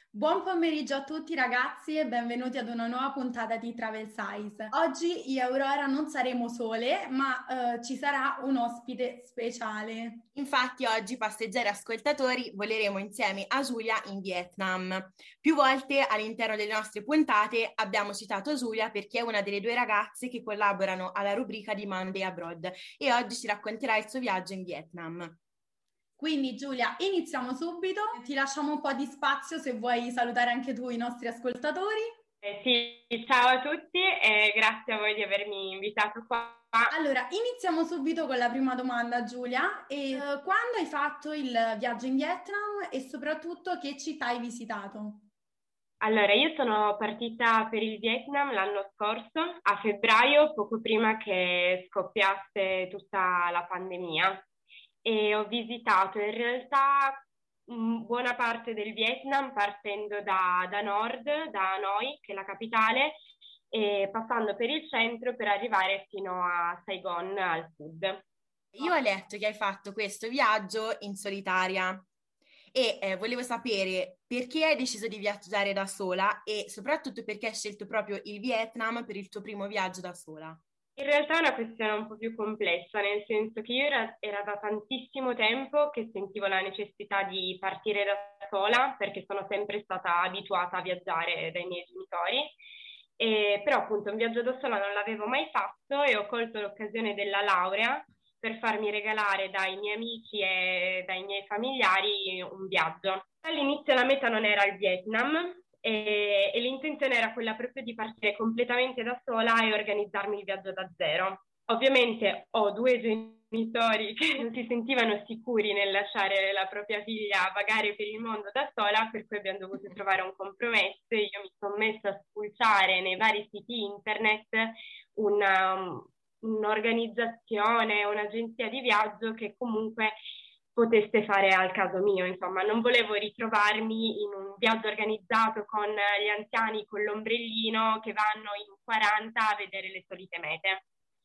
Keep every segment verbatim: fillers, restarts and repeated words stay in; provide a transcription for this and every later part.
Buon pomeriggio a tutti ragazzi e benvenuti ad una nuova puntata di Travel Size. Oggi io e Aurora non saremo sole, ma eh, ci sarà un ospite speciale. Infatti oggi, passeggeri ascoltatori, voleremo insieme a Giulia in Vietnam. Più volte all'interno delle nostre puntate abbiamo citato Giulia perché è una delle due ragazze che collaborano alla rubrica di Monday Abroad e oggi ci racconterà il suo viaggio in Vietnam. Quindi Giulia, iniziamo subito. Ti lasciamo un po' di spazio se vuoi salutare anche tu i nostri ascoltatori. Eh, sì, ciao a tutti e grazie a voi di avermi invitato qua. Allora, iniziamo subito con la prima domanda, Giulia. E, eh, quando hai fatto il viaggio in Vietnam e soprattutto che città hai visitato? Allora, io sono partita per il Vietnam l'anno scorso, a febbraio, poco prima che scoppiasse tutta la pandemia, e ho visitato in realtà mh, buona parte del Vietnam partendo da, da nord, da Hanoi, che è la capitale, e passando per il centro per arrivare fino a Saigon al sud. Io ho letto che hai fatto questo viaggio in solitaria e eh, volevo sapere perché hai deciso di viaggiare da sola e soprattutto perché hai scelto proprio il Vietnam per il tuo primo viaggio da sola. In realtà è una questione un po' più complessa, nel senso che io era, era da tantissimo tempo che sentivo la necessità di partire da sola, perché sono sempre stata abituata a viaggiare dai miei genitori, e, però appunto un viaggio da sola non l'avevo mai fatto e ho colto l'occasione della laurea per farmi regalare dai miei amici e dai miei familiari un viaggio. All'inizio la meta non era il Vietnam, e, e l'intenzione era quella proprio di partire completamente da sola e organizzarmi il viaggio da zero. Ovviamente ho due genitori che non si sentivano sicuri nel lasciare la propria figlia vagare per il mondo da sola, per cui abbiamo dovuto trovare un compromesso. Io mi sono messa a spulciare nei vari siti internet una, un'organizzazione, un'agenzia di viaggio che comunque potesse fare al caso mio, insomma, non volevo ritrovarmi in un viaggio organizzato con gli anziani con l'ombrellino che vanno in quaranta a vedere le solite mete.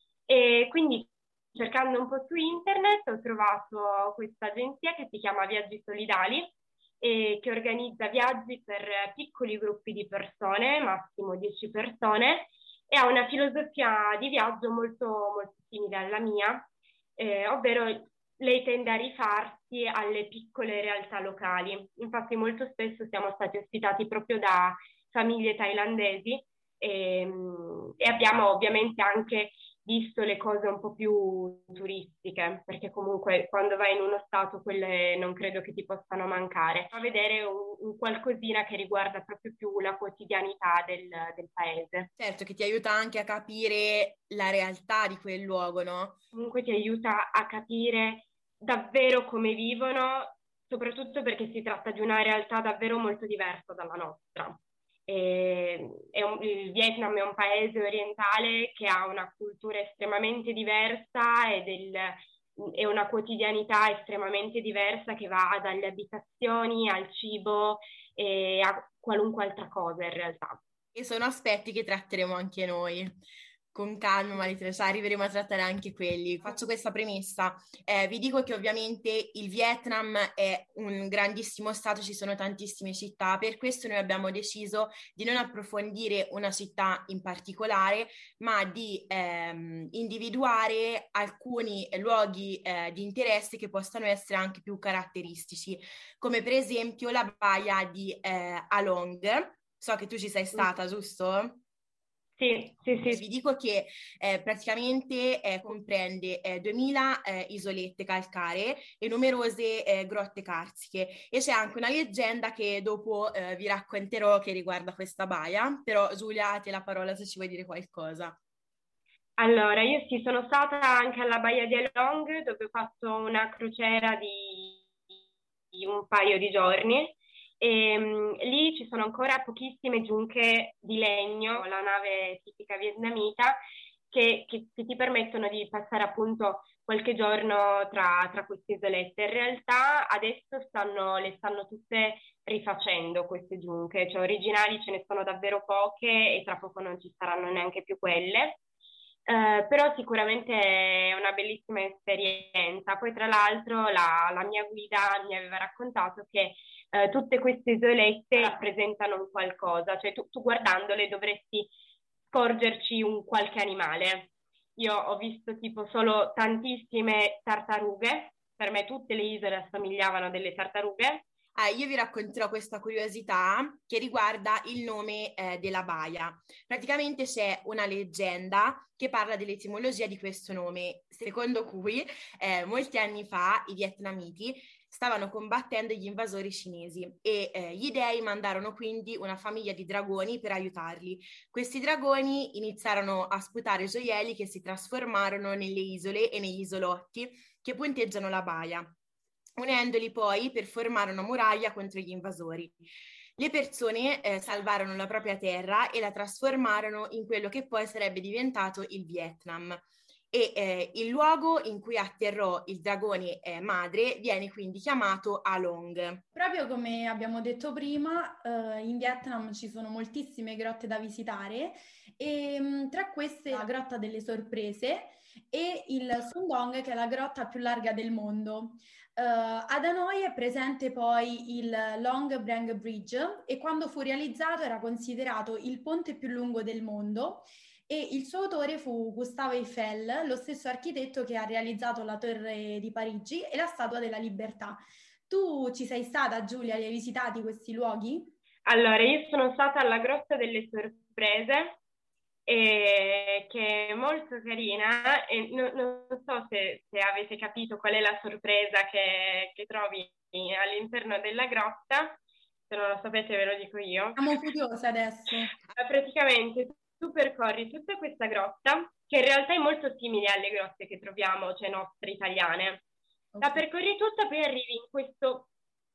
E quindi cercando un po' su internet ho trovato questa agenzia che si chiama Viaggi Solidali e che organizza viaggi per piccoli gruppi di persone, massimo dieci persone, e ha una filosofia di viaggio molto, molto simile alla mia, eh, ovvero lei tende a rifarsi alle piccole realtà locali. Infatti molto spesso siamo stati ospitati proprio da famiglie thailandesi e, e abbiamo ovviamente anche visto le cose un po' più turistiche, perché comunque quando vai in uno stato quelle non credo che ti possano mancare. A vedere un, un qualcosina che riguarda proprio più la quotidianità del, del paese. Certo, che ti aiuta anche a capire la realtà di quel luogo, no? Comunque ti aiuta a capire davvero come vivono, soprattutto perché si tratta di una realtà davvero molto diversa dalla nostra. E, è un- il Vietnam è un paese orientale che ha una cultura estremamente diversa e, del- e una quotidianità estremamente diversa che va dalle abitazioni al cibo e a qualunque altra cosa in realtà. E sono aspetti che tratteremo anche noi. Con calma, Maritesa, arriveremo a trattare anche quelli. Faccio questa premessa. Eh, vi dico che ovviamente il Vietnam è un grandissimo stato, ci sono tantissime città, per questo noi abbiamo deciso di non approfondire una città in particolare, ma di ehm, individuare alcuni luoghi eh, di interesse che possano essere anche più caratteristici, come per esempio la baia di eh, Along. So che tu ci sei stata, giusto? Sì, sì, Eh, vi sì. dico che eh, praticamente eh, comprende eh, duemila eh, isolette calcaree e numerose eh, grotte carsiche e c'è anche una leggenda che dopo eh, vi racconterò che riguarda questa baia, però Giulia, a te la parola se ci vuoi dire qualcosa. Allora, io sì, sono stata anche alla Baia di Along dove ho fatto una crociera di, di un paio di giorni e mh, lì ci sono ancora pochissime giunche di legno, la nave tipica vietnamita, che, che- che ti permettono di passare appunto qualche giorno tra, tra queste isolette. In realtà adesso stanno, le stanno tutte rifacendo queste giunche, cioè originali ce ne sono davvero poche e tra poco non ci saranno neanche più quelle. Eh, però sicuramente è una bellissima esperienza. Poi tra l'altro la, la mia guida mi aveva raccontato che eh, tutte queste isolette rappresentano un qualcosa, cioè tu, tu guardandole dovresti scorgerci un qualche animale. Io ho visto tipo solo tantissime tartarughe, per me tutte le isole assomigliavano a delle tartarughe. Ah, io vi racconterò questa curiosità che riguarda il nome eh, della baia. Praticamente c'è una leggenda che parla dell'etimologia di questo nome, secondo cui eh, molti anni fa i vietnamiti stavano combattendo gli invasori cinesi e eh, gli dei mandarono quindi una famiglia di dragoni per aiutarli. Questi dragoni iniziarono a sputare gioielli che si trasformarono nelle isole e negli isolotti che punteggiano la baia, unendoli poi per formare una muraglia contro gli invasori. Le persone eh, salvarono la propria terra e la trasformarono in quello che poi sarebbe diventato il Vietnam. E eh, il luogo in cui atterrò il dragone eh, madre viene quindi chiamato Along. Proprio come abbiamo detto prima, eh, in Vietnam ci sono moltissime grotte da visitare e mh, tra queste la Grotta delle Sorprese e il Sundong, che è la grotta più larga del mondo. Uh, ad Hanoi è presente poi il Long Branch Bridge e quando fu realizzato era considerato il ponte più lungo del mondo e il suo autore fu Gustave Eiffel, lo stesso architetto che ha realizzato la Torre di Parigi e la Statua della Libertà. Tu ci sei stata, Giulia? Li hai visitati questi luoghi? Allora, io sono stata alla Grotta delle Sorprese, e che è molto carina e no, non so se, se avete capito qual è la sorpresa che, che trovi all'interno della grotta. Se non lo sapete ve lo dico io. Siamo curiose adesso. Praticamente tu percorri tutta questa grotta, che in realtà è molto simile alle grotte che troviamo, cioè nostre italiane. La Okay. percorri tutta, poi arrivi in questo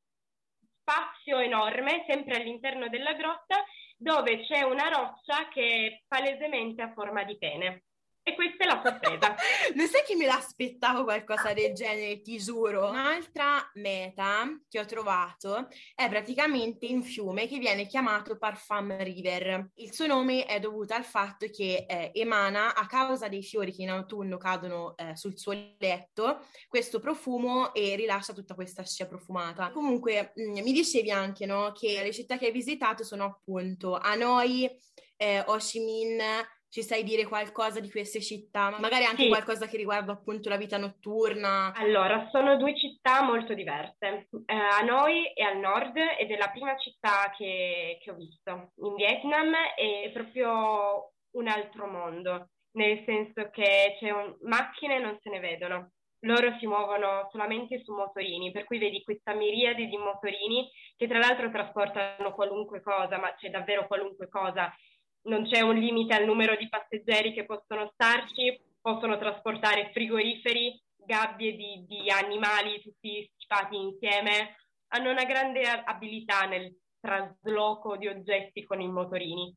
spazio enorme, sempre all'interno della grotta, dove c'è una roccia che è palesemente a forma di pene. E questa è la sorpresa. Lo sai che me l'aspettavo qualcosa del genere, ti giuro. Un'altra meta che ho trovato è praticamente un fiume che viene chiamato Parfum River. Il suo nome è dovuto al fatto che eh, emana, a causa dei fiori che in autunno cadono eh, sul suo letto, questo profumo e rilascia tutta questa scia profumata. Comunque mh, mi dicevi anche, no, che le città che hai visitato sono appunto Hanoi, eh, Ho Chi Minh. Ci sai dire qualcosa di queste città? Magari anche Sì. qualcosa che riguarda appunto la vita notturna. Allora, sono due città molto diverse. Eh, Hanoi è al nord ed è la prima città che, che ho visto. In Vietnam è proprio un altro mondo, nel senso che c'è un, macchine non se ne vedono. Loro si muovono solamente su motorini, per cui vedi questa miriade di motorini che tra l'altro trasportano qualunque cosa, ma c'è davvero qualunque cosa. Non c'è un limite al numero di passeggeri che possono starci, possono trasportare frigoriferi, gabbie di, di animali tutti stipati insieme, hanno una grande abilità nel trasloco di oggetti con i motorini.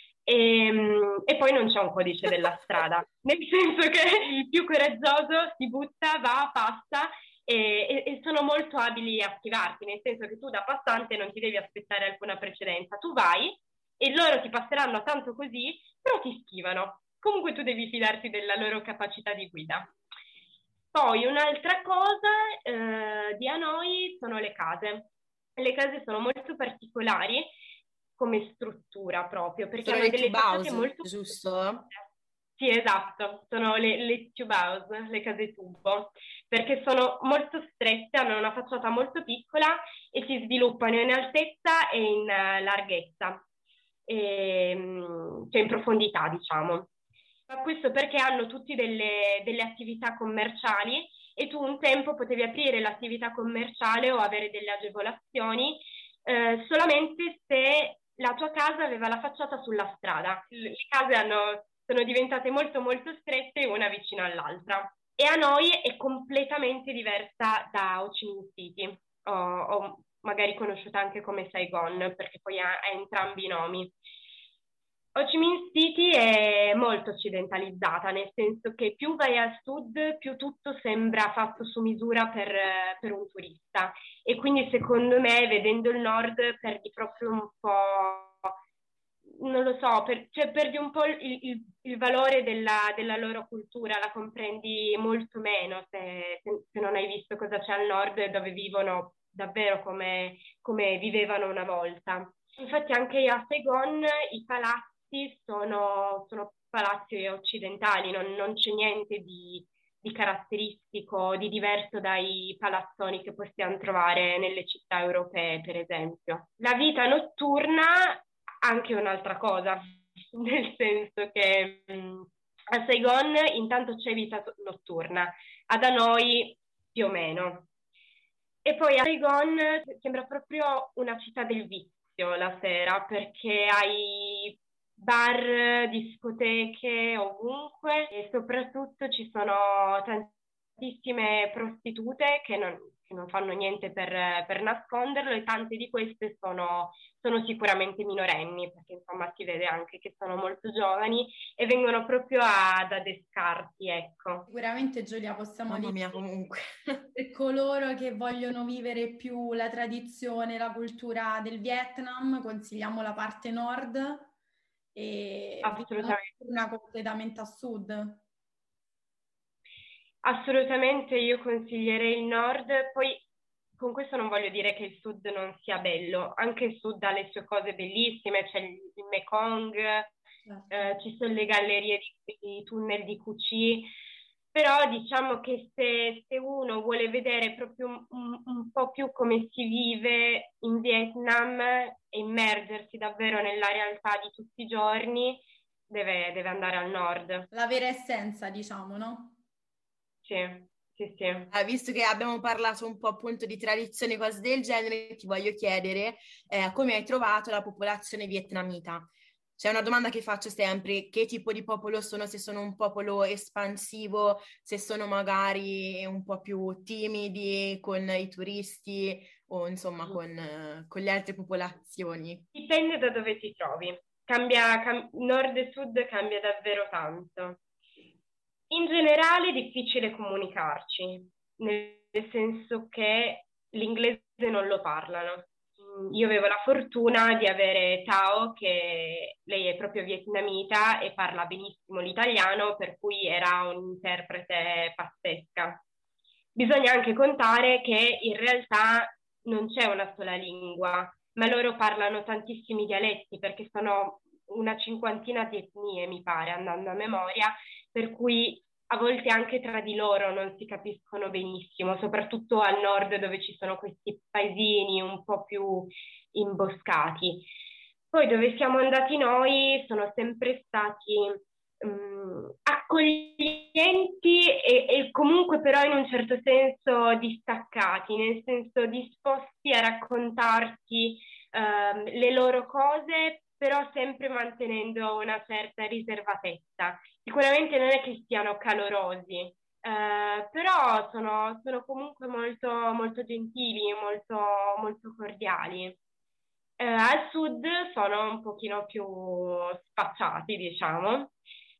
E, e poi non c'è un codice della strada, nel senso che il più coraggioso si butta, va, passa e, e, e sono molto abili a schivarti, nel senso che tu da passante non ti devi aspettare alcuna precedenza, tu vai e loro ti passeranno a tanto così, però ti schivano. Comunque tu devi fidarti della loro capacità di guida. Poi un'altra cosa eh, di Hanoi sono le case. Le case sono molto particolari come struttura proprio, perché Sono hanno le delle tube facciate house, molto... giusto? Sì, esatto, sono le, le tube house, le case tubo, perché sono molto strette, hanno una facciata molto piccola e si sviluppano in altezza e in uh, larghezza, e, cioè in profondità, diciamo. Ma questo perché hanno tutti delle, delle attività commerciali e tu un tempo potevi aprire l'attività commerciale o avere delle agevolazioni eh, solamente se la tua casa aveva la facciata sulla strada. Le case hanno, sono diventate molto molto strette una vicino all'altra. E Hanoi è completamente diversa da Ho Chi Minh City, o, o magari conosciuta anche come Saigon, perché poi ha, ha entrambi i nomi. Ho Chi Minh City è molto occidentalizzata, nel senso che più vai al sud, più tutto sembra fatto su misura per, per un turista. E quindi secondo me, vedendo il nord, perdi proprio un po' non lo so, per, cioè perdi un po' il, il, il valore della, della loro cultura, la comprendi molto meno se, se, se non hai visto cosa c'è al nord, dove vivono davvero come, come vivevano una volta. Infatti anche a Saigon i palazzi sono, sono palazzi occidentali, non, non c'è niente di, di caratteristico, di diverso dai palazzoni che possiamo trovare nelle città europee, per esempio. La vita notturna anche un'altra cosa, nel senso che mh, a Saigon intanto c'è vita notturna, ad Hanoi più o meno. E poi a Saigon sembra proprio una città del vizio la sera, perché hai bar, discoteche ovunque e soprattutto ci sono tantissime prostitute che non, che non fanno niente per, per nasconderlo, e tante di queste sono, sono sicuramente minorenni, perché insomma si vede anche che sono molto giovani e vengono proprio ad adescarti, ecco. Sicuramente, Giulia, possiamo Mamma dire mia, comunque. per coloro che vogliono vivere più la tradizione, la cultura del Vietnam, consigliamo la parte nord e Assolutamente. una completamente a sud. Assolutamente, io consiglierei il nord. Poi con questo non voglio dire che il sud non sia bello, anche il sud ha le sue cose bellissime, c'è il, il Mekong, Certo. eh, ci sono le gallerie di, i tunnel di Cu Chi, però diciamo che se, se uno vuole vedere proprio un, un, un po' più come si vive in Vietnam e immergersi davvero nella realtà di tutti i giorni, deve, deve andare al nord. La vera essenza, diciamo, no? Sì, sì, sì. Eh, visto che abbiamo parlato un po' appunto di tradizioni e cose del genere, ti voglio chiedere eh, come hai trovato la popolazione vietnamita? C'è una domanda che faccio sempre: che tipo di popolo sono? Se sono un popolo espansivo, se sono magari un po' più timidi con i turisti o insomma con, eh, con le altre popolazioni? Dipende da dove ti trovi. Cambia, cam- nord e sud cambia davvero tanto. In generale è difficile comunicarci, nel senso che l'inglese non lo parlano. Io avevo la fortuna di avere Tao, che lei è proprio vietnamita e parla benissimo l'italiano, per cui era un'interprete pazzesca. Bisogna anche contare che in realtà non c'è una sola lingua, ma loro parlano tantissimi dialetti, perché sono una cinquantina di etnie, mi pare, andando a memoria, per cui a volte anche tra di loro non si capiscono benissimo, soprattutto al nord dove ci sono questi paesini un po' più imboscati. Poi dove siamo andati noi sono sempre stati um, accoglienti e, e comunque però in un certo senso distaccati, nel senso disposti a raccontarti um, le loro cose, però sempre mantenendo una certa riservatezza. Sicuramente non è che siano calorosi, eh, però sono, sono comunque molto, molto gentili, molto, molto cordiali. Eh, al sud sono un pochino più spacciati, diciamo,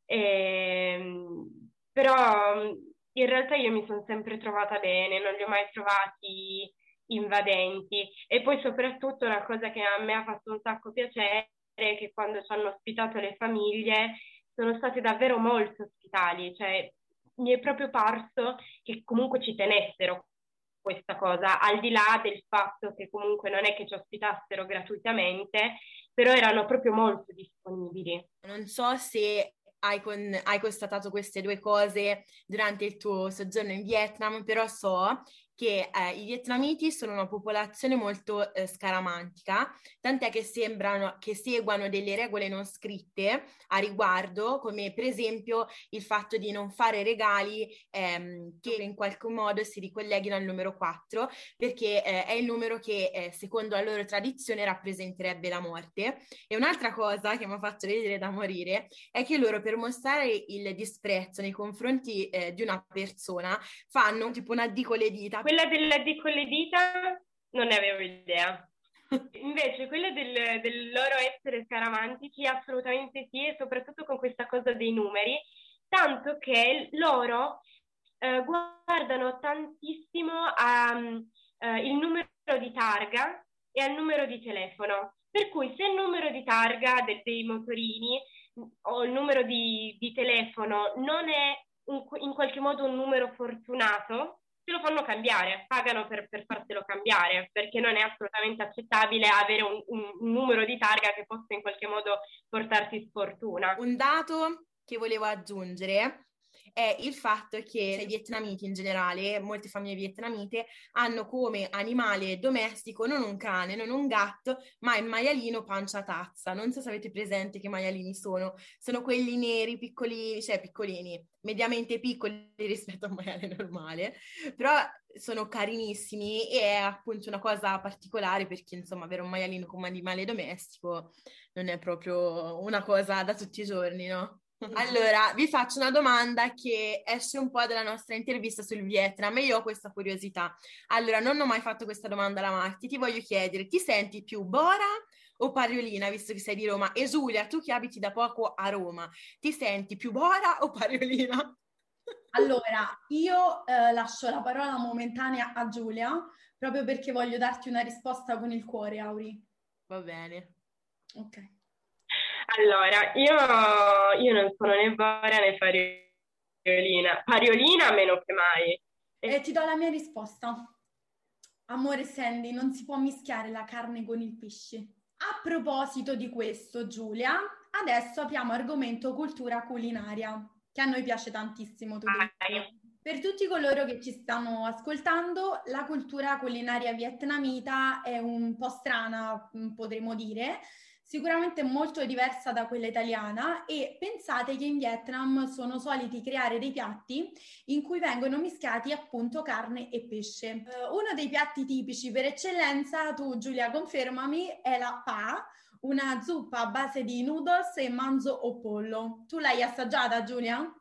Ehm, però in realtà io mi sono sempre trovata bene, non li ho mai trovati invadenti. E poi soprattutto una cosa che a me ha fatto un sacco piacere è che quando ci hanno ospitato le famiglie sono state davvero molto ospitali, cioè mi è proprio parso che comunque ci tenessero questa cosa, al di là del fatto che comunque non è che ci ospitassero gratuitamente, però erano proprio molto disponibili. Non so se hai, con, hai constatato queste due cose durante il tuo soggiorno in Vietnam, però so che eh, i vietnamiti sono una popolazione molto eh, scaramantica, tant'è che sembrano che seguano delle regole non scritte a riguardo, come per esempio il fatto di non fare regali ehm, che in qualche modo si ricolleghino al numero quattro, perché eh, è il numero che eh, secondo la loro tradizione rappresenterebbe la morte. E un'altra cosa che mi ha fatto ridere da morire è che loro, per mostrare il disprezzo nei confronti eh, di una persona, fanno tipo una D con le dita. Quella della D con le dita non ne avevo idea. Invece quella del, del loro essere scaramantici assolutamente sì, e soprattutto con questa cosa dei numeri, tanto che loro eh, guardano tantissimo a, uh, il numero di targa e al numero di telefono. Per cui se il numero di targa de- dei motorini o il numero di, di telefono non è un- in qualche modo un numero fortunato, te lo fanno cambiare, pagano per, per fartelo cambiare, perché non è assolutamente accettabile avere un, un- un numero di targa che possa in qualche modo portarti sfortuna. Un dato che volevo aggiungere è il fatto che i vietnamiti in generale, molte famiglie vietnamite, hanno come animale domestico non un cane, non un gatto, ma il maialino pancia tazza. Non so se avete presente che maialini sono. Sono quelli neri, piccolini, cioè piccolini, mediamente piccoli rispetto a un maiale normale, però sono carinissimi e è appunto una cosa particolare perché insomma avere un maialino come animale domestico non è proprio una cosa da tutti i giorni, no? Allora, vi faccio una domanda che esce un po' dalla nostra intervista sul Vietnam e io ho questa curiosità. Allora, non ho mai fatto questa domanda alla Marti, ti voglio chiedere, ti senti più Bora o Pariolina, visto che sei di Roma? E Giulia, tu che abiti da poco a Roma, ti senti più Bora o Pariolina? Allora, io eh, lascio la parola momentanea a Giulia, proprio perché voglio darti una risposta con il cuore, Auri. Va bene. Ok. Allora, io, io non sono né Bora né Pariolina. Pariolina meno che mai. E ti do la mia risposta. Amore Sandy, non si può mischiare la carne con il pesce. A proposito di questo, Giulia, adesso apriamo argomento cultura culinaria, che a noi piace tantissimo, tu Vai. Per tutti coloro che ci stanno ascoltando, la cultura culinaria vietnamita è un po' strana, potremmo dire, sicuramente molto diversa da quella italiana e pensate che in Vietnam sono soliti creare dei piatti in cui vengono mischiati appunto carne e pesce. Uh, uno dei piatti tipici per eccellenza, tu Giulia confermami, è la pha, una zuppa a base di noodles e manzo o pollo. Tu l'hai assaggiata, Giulia?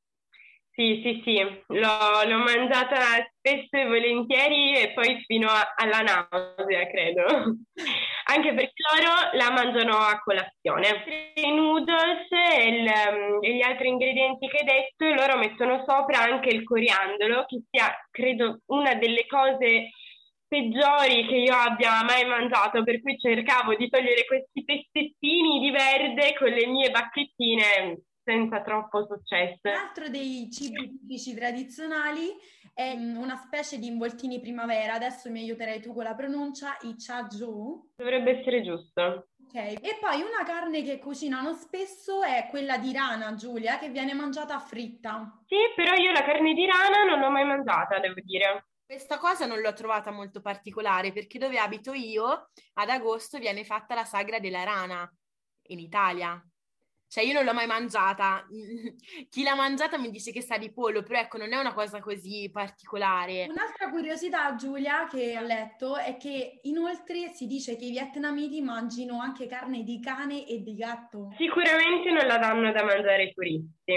Sì, sì, sì, l'ho, l'ho mangiata spesso e volentieri e poi fino a- alla nausea, credo. Anche perché loro la mangiano a colazione. I noodles e, il, um, e gli altri ingredienti che hai detto, loro mettono sopra anche il coriandolo, che sia, credo, una delle cose peggiori che io abbia mai mangiato, per cui cercavo di togliere questi pezzettini di verde con le mie bacchettine senza troppo successo. Un altro dei cibi tipici tradizionali è una specie di involtini primavera, adesso mi aiuterai tu con la pronuncia, i cha ju. Dovrebbe essere giusto. Ok, e poi una carne che cucinano spesso è quella di rana, Giulia, che viene mangiata fritta. Sì, però io la carne di rana non l'ho mai mangiata, devo dire. Questa cosa non l'ho trovata molto particolare perché dove abito io ad agosto viene fatta la sagra della rana in Italia. Cioè io non l'ho mai mangiata. Chi l'ha mangiata mi dice che sa di pollo, però ecco, non è una cosa così particolare. Un'altra curiosità, Giulia, che ho letto è che inoltre si dice che i vietnamiti mangino anche carne di cane e di gatto. Sicuramente non la danno da mangiare ai turisti.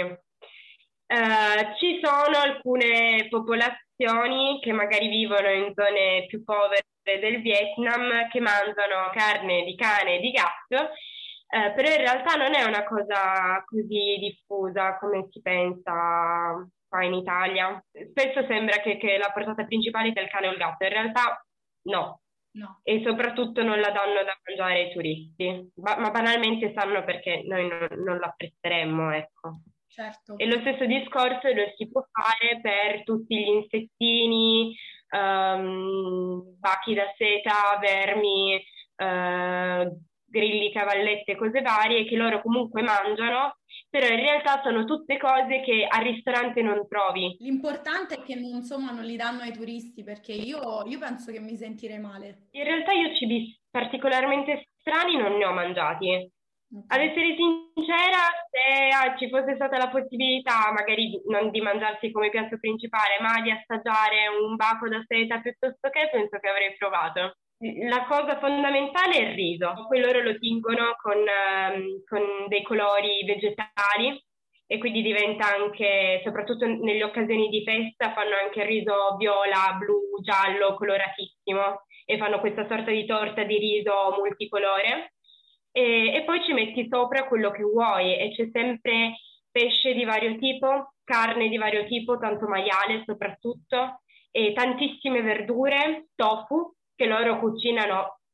Eh, ci sono alcune popolazioni che magari vivono in zone più povere del Vietnam che mangiano carne di cane e di gatto, eh, però in realtà non è una cosa così diffusa come si pensa qua in Italia. Spesso sembra che, che la portata principale sia il cane o il gatto, in realtà no. No. E soprattutto non la danno da mangiare ai turisti, ma, ma banalmente sanno perché noi non, non la apprezzeremmo, ecco. Certo. E lo stesso discorso lo si può fare per tutti gli insettini, um, bachi da seta, vermi, uh, grilli, cavallette, cose varie che loro comunque mangiano, però in realtà sono tutte cose che al ristorante non trovi. L'importante è che insomma non li danno ai turisti perché io, io penso che mi sentirei male. In realtà io cibi particolarmente strani non ne ho mangiati. Ad Okay. essere sincera, se ah, ci fosse stata la possibilità magari di, non di mangiarsi come piatto principale, ma di assaggiare un baco da seta piuttosto che, penso che avrei provato. La cosa fondamentale è il riso, poi loro lo tingono con, ehm, con dei colori vegetali e quindi diventa anche, soprattutto nelle occasioni di festa, fanno anche il riso viola, blu, giallo, coloratissimo e fanno questa sorta di torta di riso multicolore. E, e poi ci metti sopra quello che vuoi e c'è sempre pesce di vario tipo, carne di vario tipo, tanto maiale soprattutto, e tantissime verdure, tofu, che loro cucinano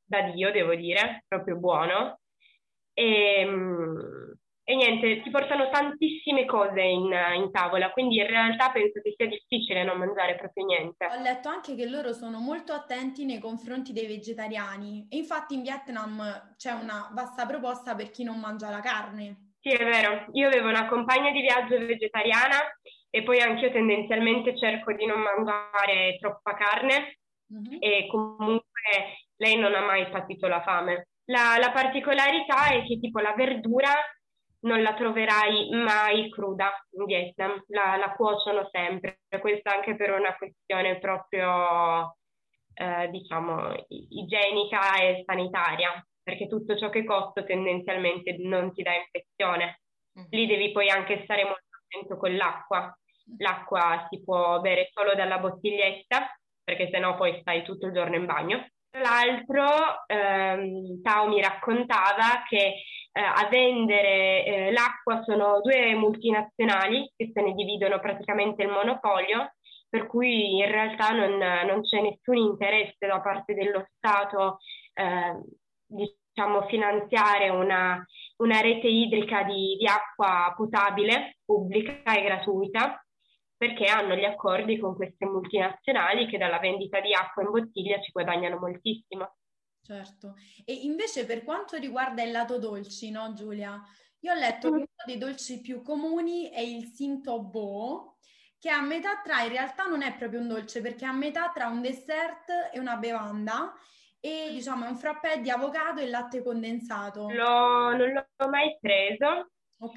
da Dio, devo dire, proprio buono. E, e niente, ti portano tantissime cose in, in tavola, quindi in realtà penso che sia difficile non mangiare proprio niente. Ho letto anche che loro sono molto attenti nei confronti dei vegetariani e infatti in Vietnam c'è una vasta proposta per chi non mangia la carne. Sì, è vero. Io avevo una compagna di viaggio vegetariana e poi anch'io tendenzialmente cerco di non mangiare troppa carne mm-hmm. e comunque lei non ha mai patito la fame. La, la particolarità è che tipo la verdura non la troverai mai cruda in Vietnam, la, la cuociono sempre, questa anche per una questione proprio, eh, diciamo, igienica e sanitaria, perché tutto ciò che costa tendenzialmente non ti dà infezione. Mm-hmm. Lì devi poi anche stare molto attento con l'acqua. L'acqua si può bere solo dalla bottiglietta, perché sennò poi stai tutto il giorno in bagno. Tra l'altro, ehm, Tao mi raccontava che eh, a vendere eh, l'acqua sono due multinazionali che se ne dividono praticamente il monopolio, per cui in realtà non, non c'è nessun interesse da parte dello Stato eh, diciamo finanziare una, una rete idrica di, di acqua potabile, pubblica e gratuita, perché hanno gli accordi con queste multinazionali che dalla vendita di acqua in bottiglia ci guadagnano moltissimo. Certo. E invece per quanto riguarda il lato dolci, no Giulia? Io ho letto mm. che uno dei dolci più comuni è il Sinto Bo, che a metà tra, in realtà non è proprio un dolce, perché è a metà tra un dessert e una bevanda, e diciamo è un frappè di avocado e latte condensato. Lo, non l'ho mai preso. Ok.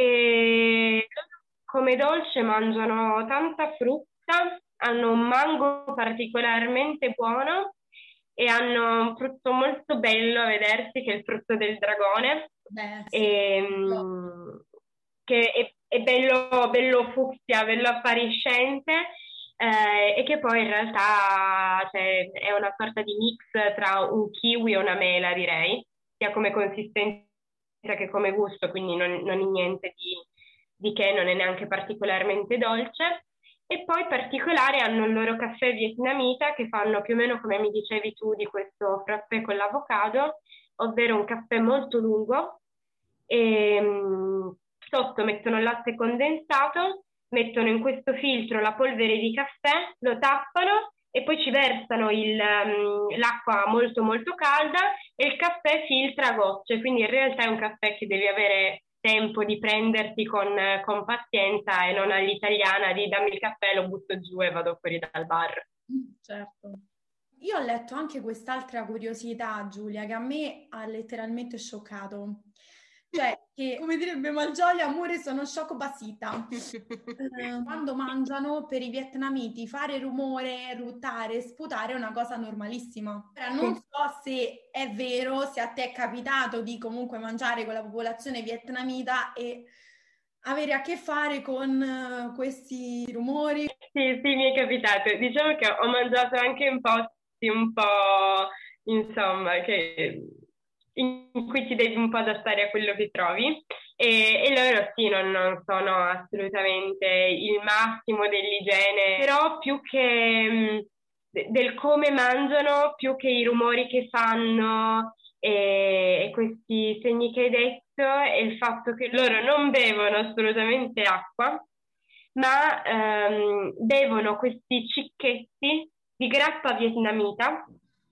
E come dolce mangiano tanta frutta, hanno un mango particolarmente buono e hanno un frutto molto bello a vedersi che è il frutto del dragone. Beh, sì. e, no. Che è, è bello, bello fucsia, bello appariscente eh, e che poi in realtà cioè, è una sorta di mix tra un kiwi e una mela, direi, sia come consistenza che come gusto, quindi non, non è niente di, di che, non è neanche particolarmente dolce. E poi particolare hanno il loro caffè vietnamita che fanno più o meno come mi dicevi tu di questo frappè con l'avocado, ovvero un caffè molto lungo e mh, sotto mettono il latte condensato, mettono in questo filtro la polvere di caffè, lo tappano e poi ci versano il, um, l'acqua molto molto calda e il caffè filtra a gocce, quindi in realtà è un caffè che devi avere tempo di prenderti con, con pazienza e non all'italiana di dammi il caffè, lo butto giù e vado fuori dal bar. Certo. Io ho letto anche quest'altra curiosità, Giulia, che a me ha letteralmente scioccato. Cioè, che, come direbbe Malgioglio, amore, sono sciocco basita. eh, quando mangiano, per i vietnamiti, fare rumore, ruttare, sputare è una cosa normalissima. Ora, non so se è vero, se a te è capitato di comunque mangiare con la popolazione vietnamita e avere a che fare con uh, questi rumori. Sì, sì, mi è capitato. Diciamo che ho mangiato anche in posti un po', insomma, che... in cui ti devi un po' adattare a quello che trovi e, e loro sì, non, non sono assolutamente il massimo dell'igiene, però più che mh, del come mangiano, più che i rumori che fanno e, e questi segni che hai detto, è il fatto che loro non bevono assolutamente acqua, ma ehm, bevono questi cicchetti di grappa vietnamita.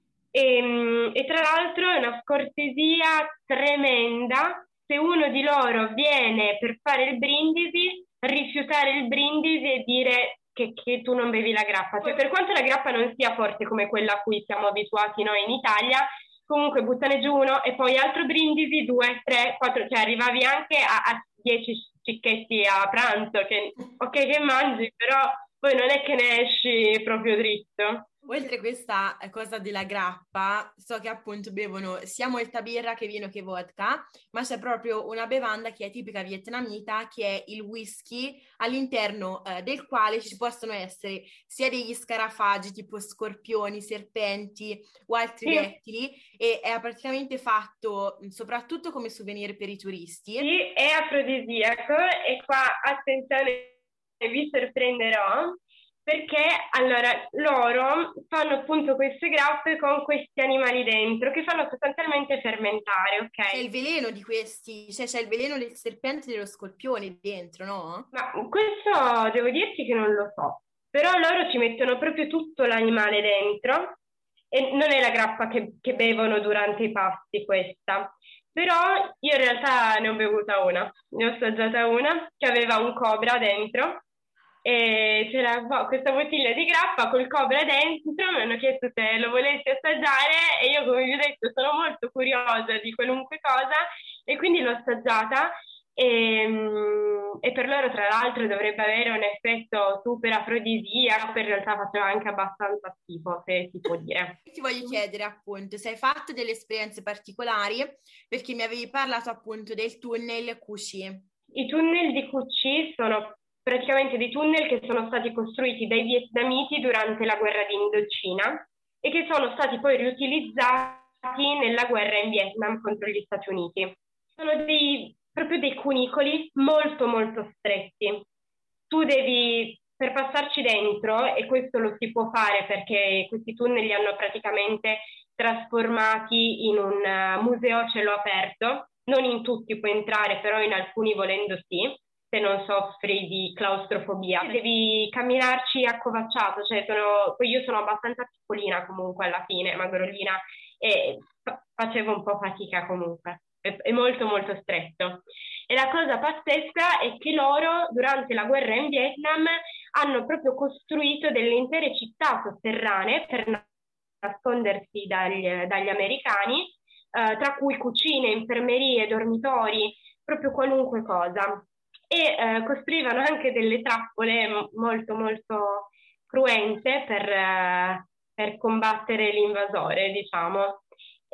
E, e tra l'altro è una scortesia tremenda se uno di loro viene per fare il brindisi, rifiutare il brindisi e dire che, che tu non bevi la grappa. Cioè, per quanto la grappa non sia forte come quella a cui siamo abituati noi in Italia, comunque buttane giù uno e poi altro brindisi, due, tre, quattro, cioè arrivavi anche a, a dieci cicchetti a pranzo, che ok che mangi, però poi non è che ne esci proprio dritto. Oltre a questa cosa della grappa, so che appunto bevono sia molta birra che vino che vodka, ma c'è proprio una bevanda che è tipica vietnamita, che è il whisky, all'interno eh, del quale ci possono essere sia degli scarafaggi tipo scorpioni, serpenti o altri sì. rettili, e è praticamente fatto soprattutto come souvenir per i turisti. Sì, è afrodisiaco e qua, attenzione, vi sorprenderò, Perché allora loro fanno appunto queste grappe con questi animali dentro che fanno sostanzialmente fermentare, ok? C'è il veleno di questi, cioè c'è il veleno del serpente e dello scorpione dentro, no? Ma questo devo dirti che non lo so, però loro ci mettono proprio tutto l'animale dentro e non è la grappa che, che bevono durante i pasti questa. Però io in realtà ne ho bevuta una, ne ho assaggiata una che aveva un cobra dentro e c'era boh, questa bottiglia di grappa col cobra dentro, mi hanno chiesto se lo volessi assaggiare e io come vi ho detto sono molto curiosa di qualunque cosa e quindi l'ho assaggiata e, mm, e per loro tra l'altro dovrebbe avere un effetto super afrodisiaco, in realtà faceva anche abbastanza schifo, se si può dire. Ti voglio chiedere appunto se hai fatto delle esperienze particolari, perché mi avevi parlato appunto del tunnel Q C. I tunnel di Q C sono praticamente dei tunnel che sono stati costruiti dai vietnamiti durante la guerra di Indocina e che sono stati poi riutilizzati nella guerra in Vietnam contro gli Stati Uniti. Sono dei, proprio dei cunicoli molto molto stretti. Tu devi, per passarci dentro, e questo lo si può fare perché questi tunnel li hanno praticamente trasformati in un uh, museo a cielo aperto, non in tutti puoi entrare, però in alcuni volendo sì, se non soffri di claustrofobia. Devi camminarci accovacciato, cioè sono, poi io sono abbastanza piccolina comunque alla fine, magrolina, e fa- facevo un po' fatica comunque, è, è molto molto stretto. E la cosa pazzesca è che loro, durante la guerra in Vietnam, hanno proprio costruito delle intere città sotterranee per nascondersi dagli, dagli americani, eh, tra cui cucine, infermerie, dormitori, proprio qualunque cosa. E eh, costruivano anche delle trappole molto molto cruente per, eh, per combattere l'invasore, diciamo.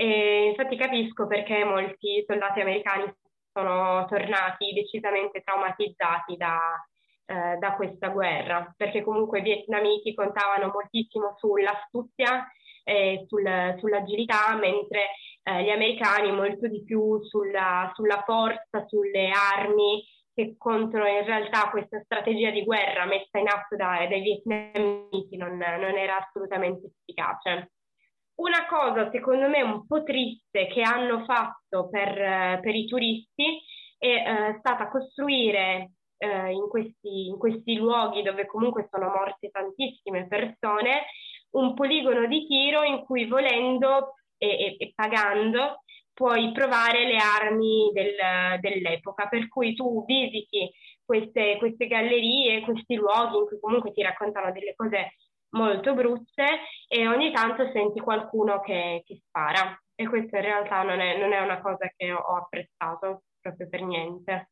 E infatti capisco perché molti soldati americani sono tornati decisamente traumatizzati da, eh, da questa guerra, perché comunque i vietnamiti contavano moltissimo sull'astuzia e sul, sull'agilità, mentre eh, gli americani molto di più sulla, sulla forza, sulle armi, che contro in realtà questa strategia di guerra messa in atto da, dai vietnamiti non, non era assolutamente efficace. Una cosa secondo me un po' triste che hanno fatto per, per i turisti è eh, stata costruire eh, in questi, in questi luoghi dove comunque sono morte tantissime persone un poligono di tiro in cui volendo e, e, e pagando puoi provare le armi del, dell'epoca, per cui tu visiti queste, queste gallerie, questi luoghi in cui comunque ti raccontano delle cose molto brutte e ogni tanto senti qualcuno che, che spara e questo in realtà non è, non è una cosa che ho apprezzato proprio per niente.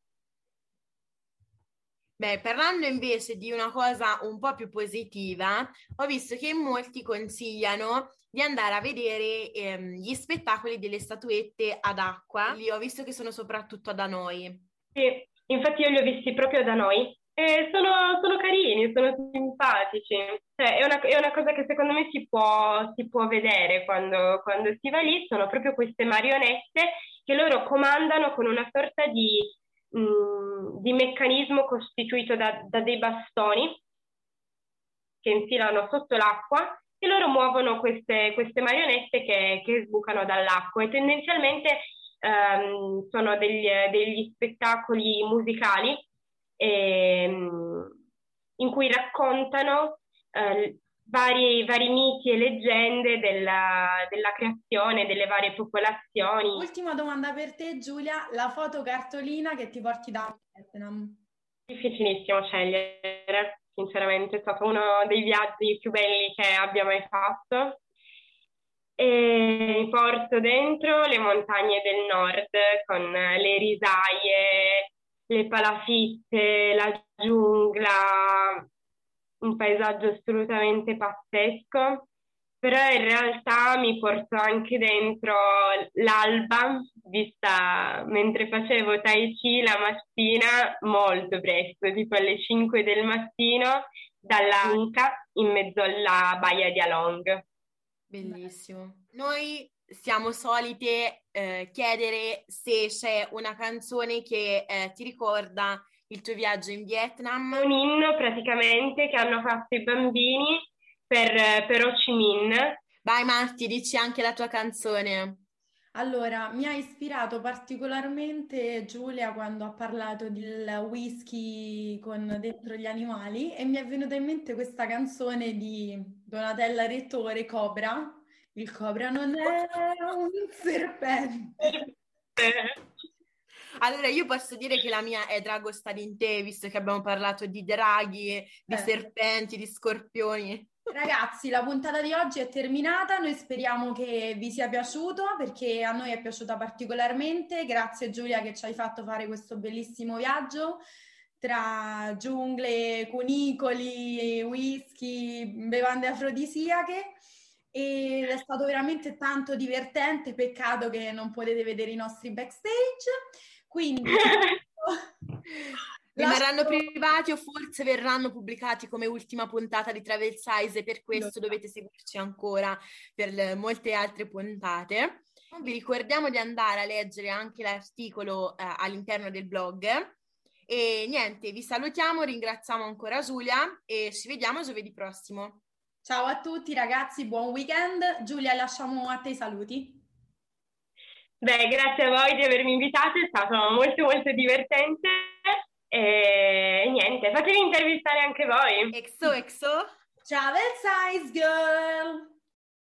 Beh, parlando invece di una cosa un po' più positiva, ho visto che molti consigliano di andare a vedere ehm, gli spettacoli delle statuette ad acqua. Lì ho visto che sono soprattutto da noi. Sì, infatti io li ho visti proprio da noi e sono, sono carini, sono simpatici. Cioè, è una, è una cosa che secondo me si può, si può vedere quando, quando si va lì, sono proprio queste marionette che loro comandano con una sorta di, mh, di meccanismo costituito da, da dei bastoni che infilano sotto l'acqua e loro muovono queste, queste marionette che, che sbucano dall'acqua e tendenzialmente ehm, sono degli, degli spettacoli musicali ehm, in cui raccontano eh, vari, vari miti e leggende della, della creazione delle varie popolazioni. Ultima domanda per te, Giulia, la foto cartolina che ti porti da Vietnam. Difficilissimo scegliere, sinceramente, è stato uno dei viaggi più belli che abbia mai fatto. E mi porto dentro le montagne del nord con le risaie, le palafitte, la giungla, un paesaggio assolutamente pazzesco. Però in realtà mi porto anche dentro l'alba, vista mentre facevo Tai Chi la mattina, molto presto, tipo alle cinque del mattino, dalla Inca in mezzo alla baia di Along. Bellissimo. Noi siamo solite eh, chiedere se c'è una canzone che eh, ti ricorda il tuo viaggio in Vietnam. Un inno praticamente che hanno fatto i bambini per, per Ho Chi Minh. Vai Marti, dici anche la tua canzone. Allora, mi ha ispirato particolarmente Giulia quando ha parlato del whisky con dentro gli animali e mi è venuta in mente questa canzone di Donatella Rettore, Cobra. Il cobra non è un serpente. Allora, io posso dire che la mia è Drago sta in te, visto che abbiamo parlato di draghi, di Eh. serpenti, di scorpioni. Ragazzi, la puntata di oggi è terminata, noi speriamo che vi sia piaciuto perché a noi è piaciuta particolarmente. Grazie Giulia che ci hai fatto fare questo bellissimo viaggio tra giungle, cunicoli, whisky, bevande afrodisiache ed è stato veramente tanto divertente, peccato che non potete vedere i nostri backstage. Quindi rimarranno lascio... privati o forse verranno pubblicati come ultima puntata di Travel Size e per questo dovete seguirci ancora per le, molte altre puntate. Vi ricordiamo di andare a leggere anche l'articolo eh, all'interno del blog e niente, vi salutiamo, ringraziamo ancora Giulia e ci vediamo giovedì prossimo. Ciao a tutti ragazzi, buon weekend. Giulia, lasciamo a te i saluti. Beh, grazie a voi di avermi invitato, è stato molto molto divertente e niente, fatevi intervistare anche voi. Exo, exo. Travel Size Girl!